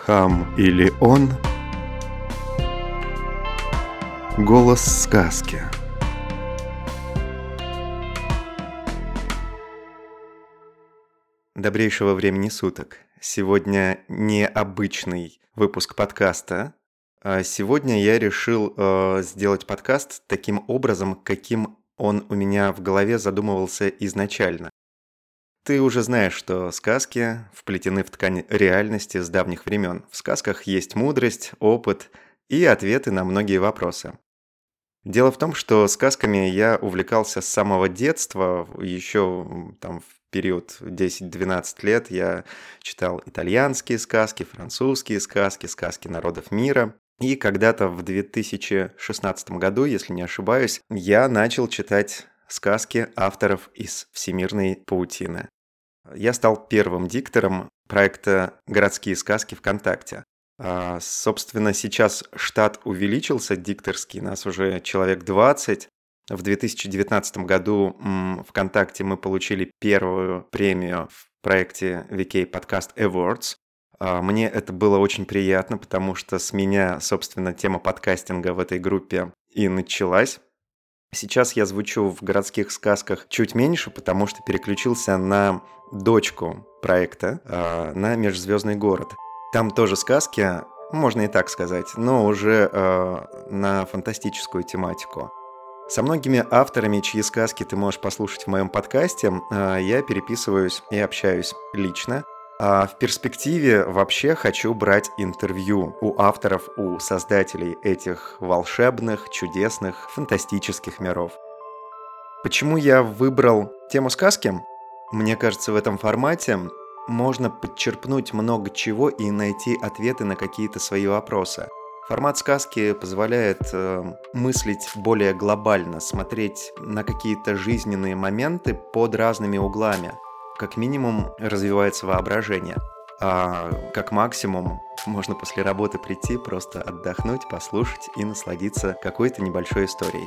Хам или он? Голос сказки. Добрейшего времени суток. Сегодня необычный выпуск подкаста. Сегодня я решил сделать подкаст таким образом, каким он у меня в голове задумывался изначально. Ты уже знаешь, что сказки вплетены в ткань реальности с давних времен. В сказках есть мудрость, опыт и ответы на многие вопросы. Дело в том, что сказками я увлекался с самого детства, еще там в период 10-12 лет я читал итальянские сказки, французские сказки, сказки народов мира. И когда-то в 2016 году, если не ошибаюсь, я начал читать сказки авторов из «Всемирной паутины». Я стал первым диктором проекта «Городские сказки» ВКонтакте. Собственно, сейчас штат увеличился дикторский, нас уже человек 20. В 2019 году ВКонтакте мы получили первую премию в проекте VK Podcast Awards. Мне это было очень приятно, потому что с меня, собственно, тема подкастинга в этой группе и началась. Сейчас я звучу в городских сказках чуть меньше, потому что переключился на дочку проекта, на «Межзвездный город». Там тоже сказки, можно и так сказать, но уже на фантастическую тематику. Со многими авторами, чьи сказки ты можешь послушать в моем подкасте, я переписываюсь и общаюсь лично. А в перспективе вообще хочу брать интервью у авторов, у создателей этих волшебных, чудесных, фантастических миров. Почему я выбрал тему сказки? Мне кажется, в этом формате можно подчерпнуть много чего и найти ответы на какие-то свои вопросы. Формат сказки позволяет мыслить более глобально, смотреть на какие-то жизненные моменты под разными углами. Как минимум развивается воображение, а как максимум можно после работы прийти, просто отдохнуть, послушать и насладиться какой-то небольшой историей.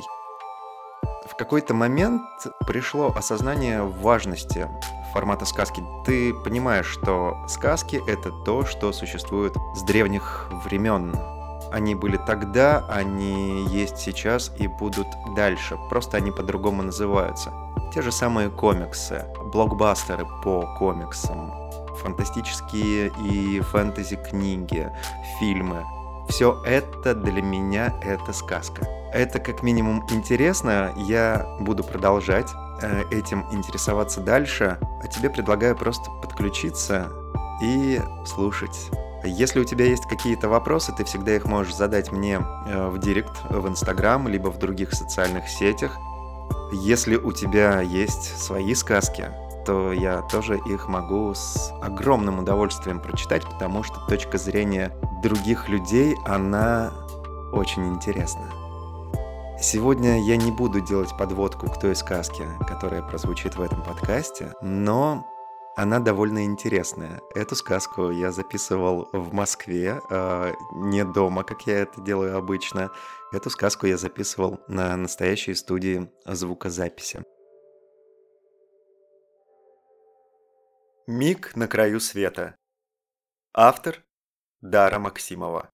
В какой-то момент пришло осознание важности формата сказки. Ты понимаешь, что сказки — это то, что существует с древних времен. Они были тогда, они есть сейчас и будут дальше, просто они по-другому называются. Те же самые комиксы, блокбастеры по комиксам, фантастические и фэнтези-книги, фильмы. Все это для меня это сказка. Это как минимум интересно, я буду продолжать этим интересоваться дальше, а тебе предлагаю просто подключиться и слушать. Если у тебя есть какие-то вопросы, ты всегда их можешь задать мне в директ, в Инстаграм, либо в других социальных сетях. Если у тебя есть свои сказки, то я тоже их могу с огромным удовольствием прочитать, потому что точка зрения других людей, она очень интересна. Сегодня я не буду делать подводку к той сказке, которая прозвучит в этом подкасте, но она довольно интересная. Эту сказку я записывал в Москве, не дома, как я это делаю обычно. Эту сказку я записывал на настоящей студии звукозаписи. «Миг на краю света». Автор Дара Максимова.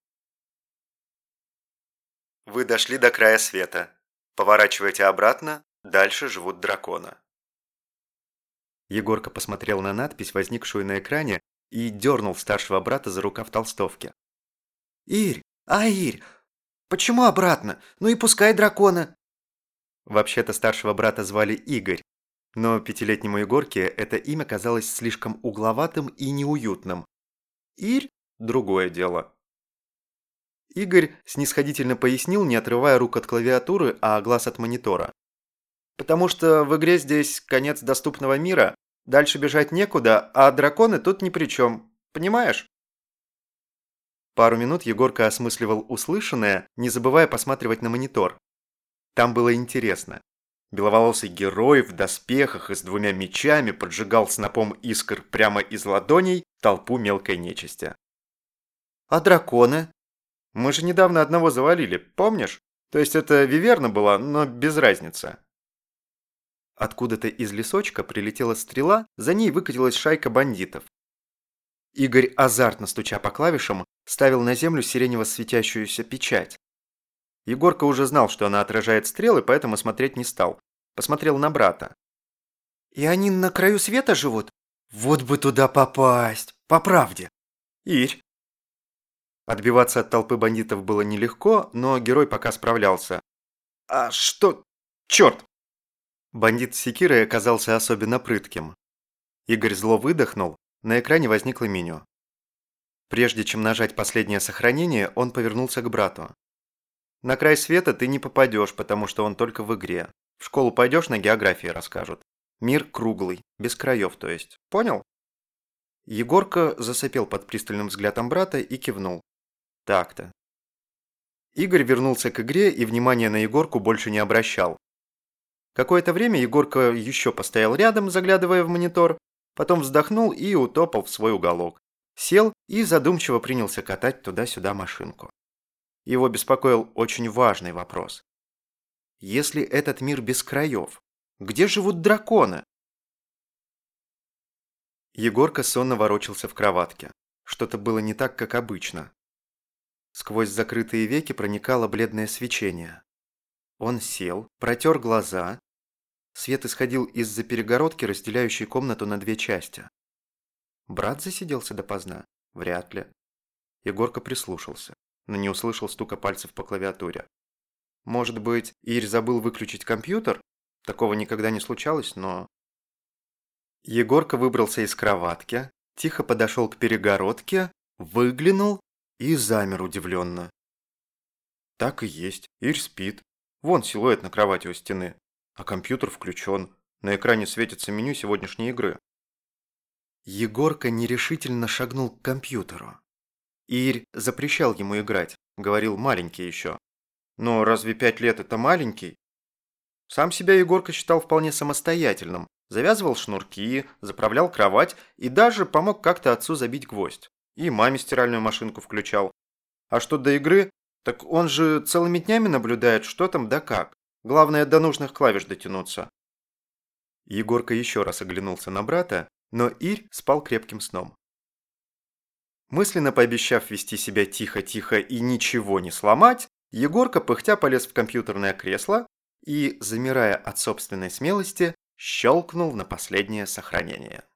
Вы дошли до края света. Поворачивайте обратно, дальше живут драконы. Егорка посмотрел на надпись, возникшую на экране, и дернул старшего брата за рукав толстовки. «Ирь! Ирь! Почему обратно? Ну и пускай драконы!» Вообще-то старшего брата звали Игорь, но пятилетнему Егорке это имя казалось слишком угловатым и неуютным. Ирь – другое дело. Игорь снисходительно пояснил, не отрывая рук от клавиатуры, а глаз от монитора. «Потому что в игре здесь конец доступного мира, дальше бежать некуда, а драконы тут ни при чем. Понимаешь?» Пару минут Егорка осмысливал услышанное, не забывая посматривать на монитор. Там было интересно. Беловолосый герой в доспехах и с 2 мечами поджигал снопом искр прямо из ладоней толпу мелкой нечисти. «А драконы?» «Мы же недавно одного завалили, помнишь? То есть это виверна была, но без разницы». Откуда-то из лесочка прилетела стрела, за ней выкатилась шайка бандитов. Игорь, азартно стуча по клавишам, ставил на землю сиренево-светящуюся печать. Егорка уже знал, что она отражает стрелы, поэтому смотреть не стал. Посмотрел на брата. И они на краю света живут? Вот бы туда попасть, по правде. Ирь. Отбиваться от толпы бандитов было нелегко, но герой пока справлялся. А что? Черт! Бандит с секирой оказался особенно прытким. Игорь зло выдохнул, на экране возникло меню. Прежде чем нажать последнее сохранение, он повернулся к брату. На край света ты не попадешь, потому что он только в игре. В школу пойдешь, на географии расскажут. Мир круглый, без краев, то есть. Понял? Егорка засопел под пристальным взглядом брата и кивнул. Так-то. Игорь вернулся к игре и внимания на Егорку больше не обращал. Какое-то время Егорка еще постоял рядом, заглядывая в монитор, потом вздохнул и утопал в свой уголок. Сел и задумчиво принялся катать туда-сюда машинку. Его беспокоил очень важный вопрос. Если этот мир без краев, где живут драконы? Егорка сонно ворочался в кроватке. Что-то было не так, как обычно. Сквозь закрытые веки проникало бледное свечение. Он сел, протер глаза. Свет исходил из-за перегородки, разделяющей комнату на две части. Брат засиделся допоздна? Вряд ли. Егорка прислушался, но не услышал стука пальцев по клавиатуре. Может быть, Ирь забыл выключить компьютер? Такого никогда не случалось, но... Егорка выбрался из кроватки, тихо подошел к перегородке, выглянул и замер удивленно. Так и есть, Ирь спит. Вон силуэт на кровати у стены, а компьютер включен. На экране светится меню сегодняшней игры. Егорка нерешительно шагнул к компьютеру. Ирь запрещал ему играть, говорил, маленький еще. Но разве 5 лет это маленький? Сам себя Егорка считал вполне самостоятельным. Завязывал шнурки, заправлял кровать и даже помог как-то отцу забить гвоздь. И маме стиральную машинку включал. А что до игры, так он же целыми днями наблюдает, что там да как. Главное, до нужных клавиш дотянуться. Егорка еще раз оглянулся на брата, но Ирь спал крепким сном. Мысленно пообещав вести себя тихо-тихо и ничего не сломать, Егорка пыхтя полез в компьютерное кресло и, замирая от собственной смелости, щелкнул на последнее сохранение.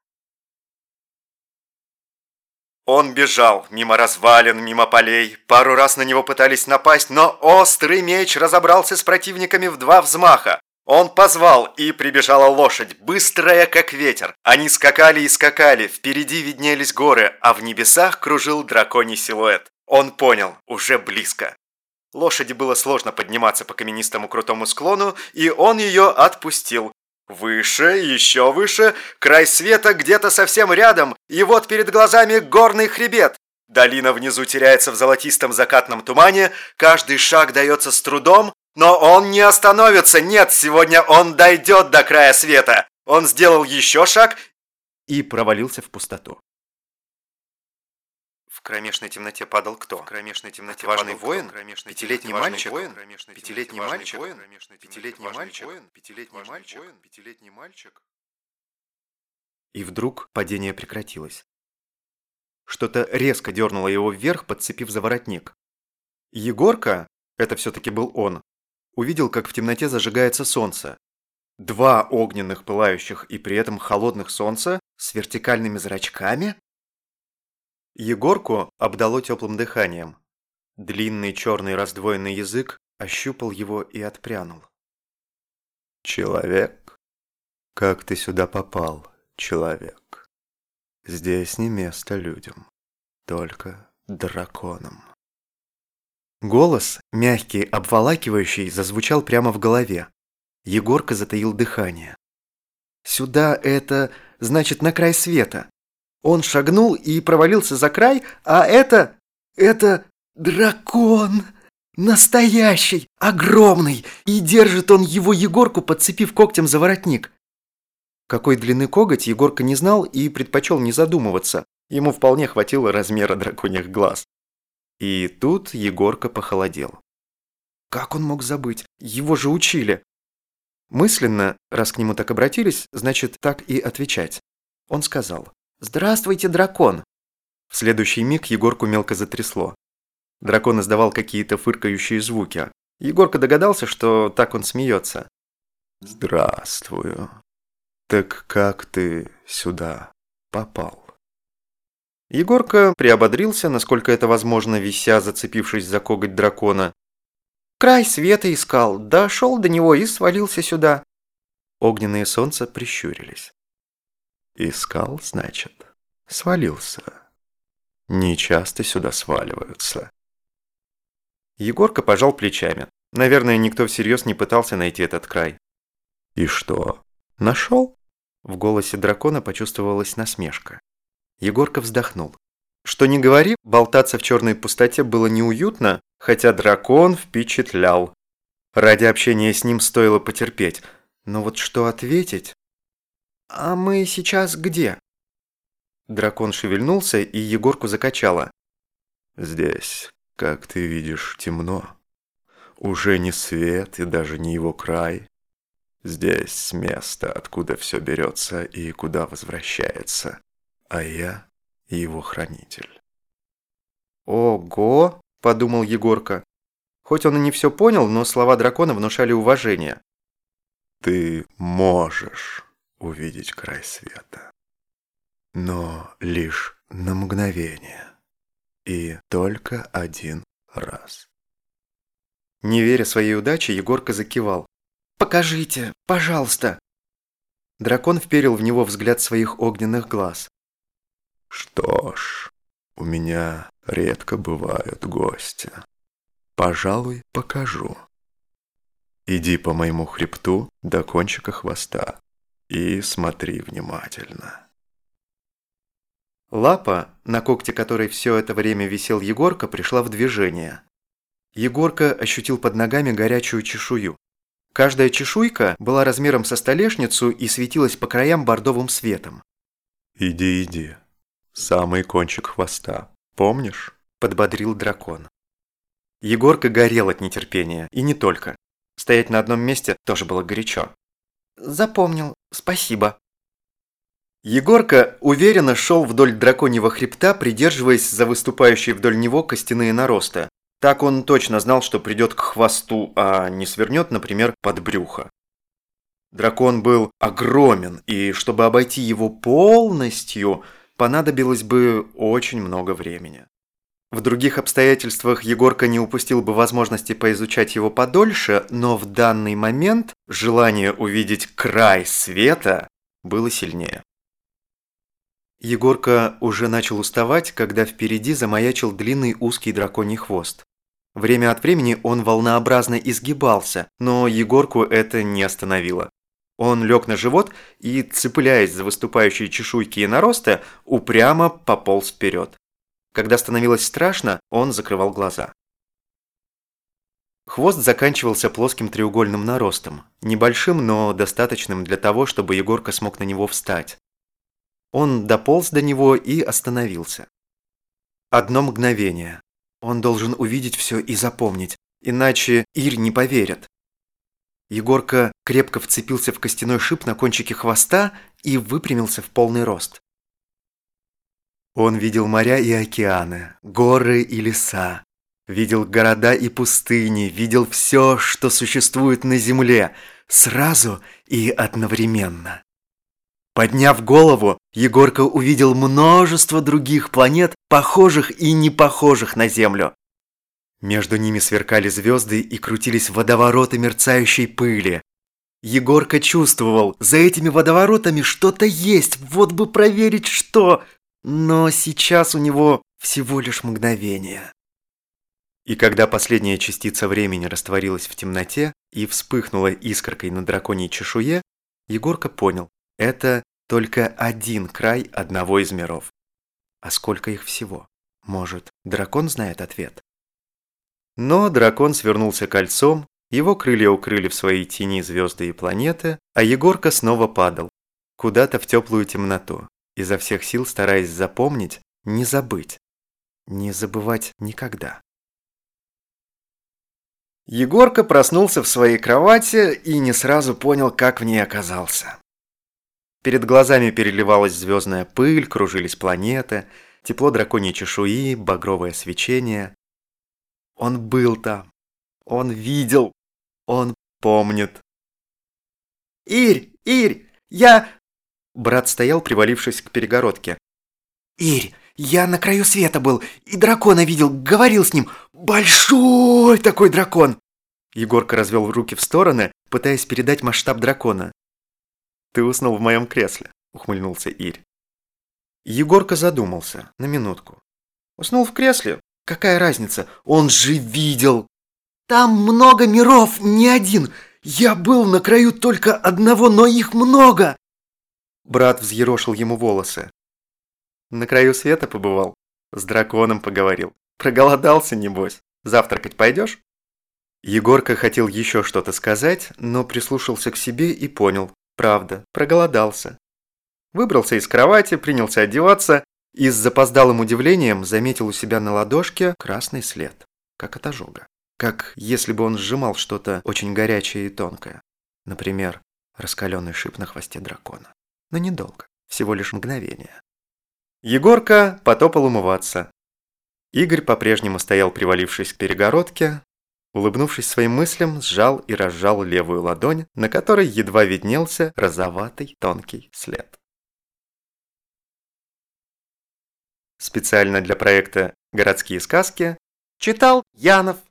Он бежал мимо развалин, мимо полей. Пару раз на него пытались напасть, но острый меч разобрался с противниками в 2 взмаха. Он позвал, и прибежала лошадь, быстрая как ветер. Они скакали и скакали, впереди виднелись горы, а в небесах кружил драконий силуэт. Он понял, уже близко. Лошади было сложно подниматься по каменистому крутому склону, и он ее отпустил. Выше, еще выше, край света где-то совсем рядом, и вот перед глазами горный хребет. Долина внизу теряется в золотистом закатном тумане, каждый шаг дается с трудом, но он не остановится, нет, сегодня он дойдет до края света. Он сделал еще шаг и провалился в пустоту. В кромешной темноте падал кто? В кромешной темноте важный воин? Пятилетний мальчик? Пятилетний мальчик? Пятилетний мальчик? Пятилетний мальчик? И вдруг падение прекратилось. Что-то резко дернуло его вверх, подцепив за воротник. Егорка, это все-таки был он, увидел, как в темноте зажигается солнце. 2 огненных, пылающих и при этом холодных солнца с вертикальными зрачками? Егорку обдало теплым дыханием. Длинный черный раздвоенный язык ощупал его и отпрянул. «Человек? Как ты сюда попал, человек? Здесь не место людям, только драконам». Голос, мягкий, обволакивающий, зазвучал прямо в голове. Егорка затаил дыхание. «Сюда это, значит, на край света». Он шагнул и провалился за край, а это дракон! Настоящий, огромный! И держит он его Егорку, подцепив когтем за воротник. Какой длины коготь Егорка не знал и предпочел не задумываться. Ему вполне хватило размера драконьих глаз. И тут Егорка похолодел. Как он мог забыть? Его же учили. Мысленно, раз к нему так обратились, значит, так и отвечать. Он сказал: «Здравствуйте, дракон!» В следующий миг Егорку мелко затрясло. Дракон издавал какие-то фыркающие звуки. Егорка догадался, что так он смеется. «Здравствую. Так как ты сюда попал?» Егорка приободрился, насколько это возможно, вися, зацепившись за коготь дракона. Край света искал, дошел до него и свалился сюда. Огненные солнца прищурились. «Искал, значит? Свалился. Нечасто сюда сваливаются». Егорка пожал плечами. Наверное, никто всерьез не пытался найти этот край. «И что, нашел?» В голосе дракона почувствовалась насмешка. Егорка вздохнул. Что ни говори, болтаться в черной пустоте было неуютно, хотя дракон впечатлял. Ради общения с ним стоило потерпеть. Но вот что ответить? «А мы сейчас где?» Дракон шевельнулся, и Егорку закачало. «Здесь, как ты видишь, темно. Уже не свет и даже не его край. Здесь место, откуда все берется и куда возвращается. А я его хранитель». «Ого!» – подумал Егорка. Хоть он и не все понял, но слова дракона внушали уважение. «Ты можешь увидеть край света, но лишь на мгновение и только один раз». Не веря своей удаче, Егорка закивал. «Покажите, пожалуйста!» Дракон вперил в него взгляд своих огненных глаз. «Что ж, у меня редко бывают гости. Пожалуй, покажу. Иди по моему хребту до кончика хвоста и смотри внимательно». Лапа, на когте которой все это время висел Егорка, пришла в движение. Егорка ощутил под ногами горячую чешую. Каждая чешуйка была размером со столешницу и светилась по краям бордовым светом. «Иди, иди. Самый кончик хвоста. Помнишь?» – подбодрил дракон. Егорка горел от нетерпения, и не только. Стоять на одном месте тоже было горячо. «Запомнил. Спасибо». Егорка уверенно шел вдоль драконьего хребта, придерживаясь за выступающие вдоль него костяные наросты. Так он точно знал, что придет к хвосту, а не свернет, например, под брюхо. Дракон был огромен, и чтобы обойти его полностью, понадобилось бы очень много времени. В других обстоятельствах Егорка не упустил бы возможности поизучать его подольше, но в данный момент желание увидеть край света было сильнее. Егорка уже начал уставать, когда впереди замаячил длинный узкий драконий хвост. Время от времени он волнообразно изгибался, но Егорку это не остановило. Он лег на живот и, цепляясь за выступающие чешуйки и наросты, упрямо пополз вперед. Когда становилось страшно, он закрывал глаза. Хвост заканчивался плоским треугольным наростом, небольшим, но достаточным для того, чтобы Егорка смог на него встать. Он дополз до него и остановился. Одно мгновение. Он должен увидеть все и запомнить, иначе Ирь не поверит. Егорка крепко вцепился в костяной шип на кончике хвоста и выпрямился в полный рост. Он видел моря и океаны, горы и леса, видел города и пустыни, видел все, что существует на земле, сразу и одновременно. Подняв голову, Егорка увидел множество других планет, похожих и не похожих на Землю. Между ними сверкали звезды и крутились водовороты мерцающей пыли. Егорка чувствовал, за этими водоворотами что-то есть, вот бы проверить что. Но сейчас у него всего лишь мгновение. И когда последняя частица времени растворилась в темноте и вспыхнула искоркой на драконьей чешуе, Егорка понял. Это только один край одного из миров. А сколько их всего? Может, дракон знает ответ? Но дракон свернулся кольцом, его крылья укрыли в своей тени звезды и планеты, а Егорка снова падал, куда-то в теплую темноту, изо всех сил стараясь запомнить, не забыть, не забывать никогда. Егорка проснулся в своей кровати и не сразу понял, как в ней оказался. Перед глазами переливалась звездная пыль, кружились планеты. тепло драконьей чешуи, багровое свечение. Он был там. Он видел. Он помнит. «Ирь! Ирь! Я...» Брат стоял, привалившись к перегородке. «Ирь, я на краю света был и дракона видел, говорил с ним. Большой такой дракон!» Егорка развел руки в стороны, пытаясь передать масштаб дракона. «Ты уснул в моем кресле», — ухмыльнулся Ирь. Егорка задумался на минутку. «Уснул в кресле? Какая разница? Он же видел! Там много миров, не один! Я был на краю только одного, но их много!» Брат взъерошил ему волосы. «На краю света побывал, с драконом поговорил. Проголодался, небось. Завтракать пойдешь?» Егорка хотел еще что-то сказать, но прислушался к себе и понял. Правда, проголодался. Выбрался из кровати, принялся одеваться и с запоздалым удивлением заметил у себя на ладошке красный след, как от ожога. Как если бы он сжимал что-то очень горячее и тонкое. Например, раскаленный шип на хвосте дракона. Но недолго, всего лишь мгновение. Егорка потопал умываться. Игорь по-прежнему стоял, привалившись к перегородке. Улыбнувшись своим мыслям, сжал и разжал левую ладонь, на которой едва виднелся розоватый тонкий след. Специально для проекта «Городские сказки» читал Янов.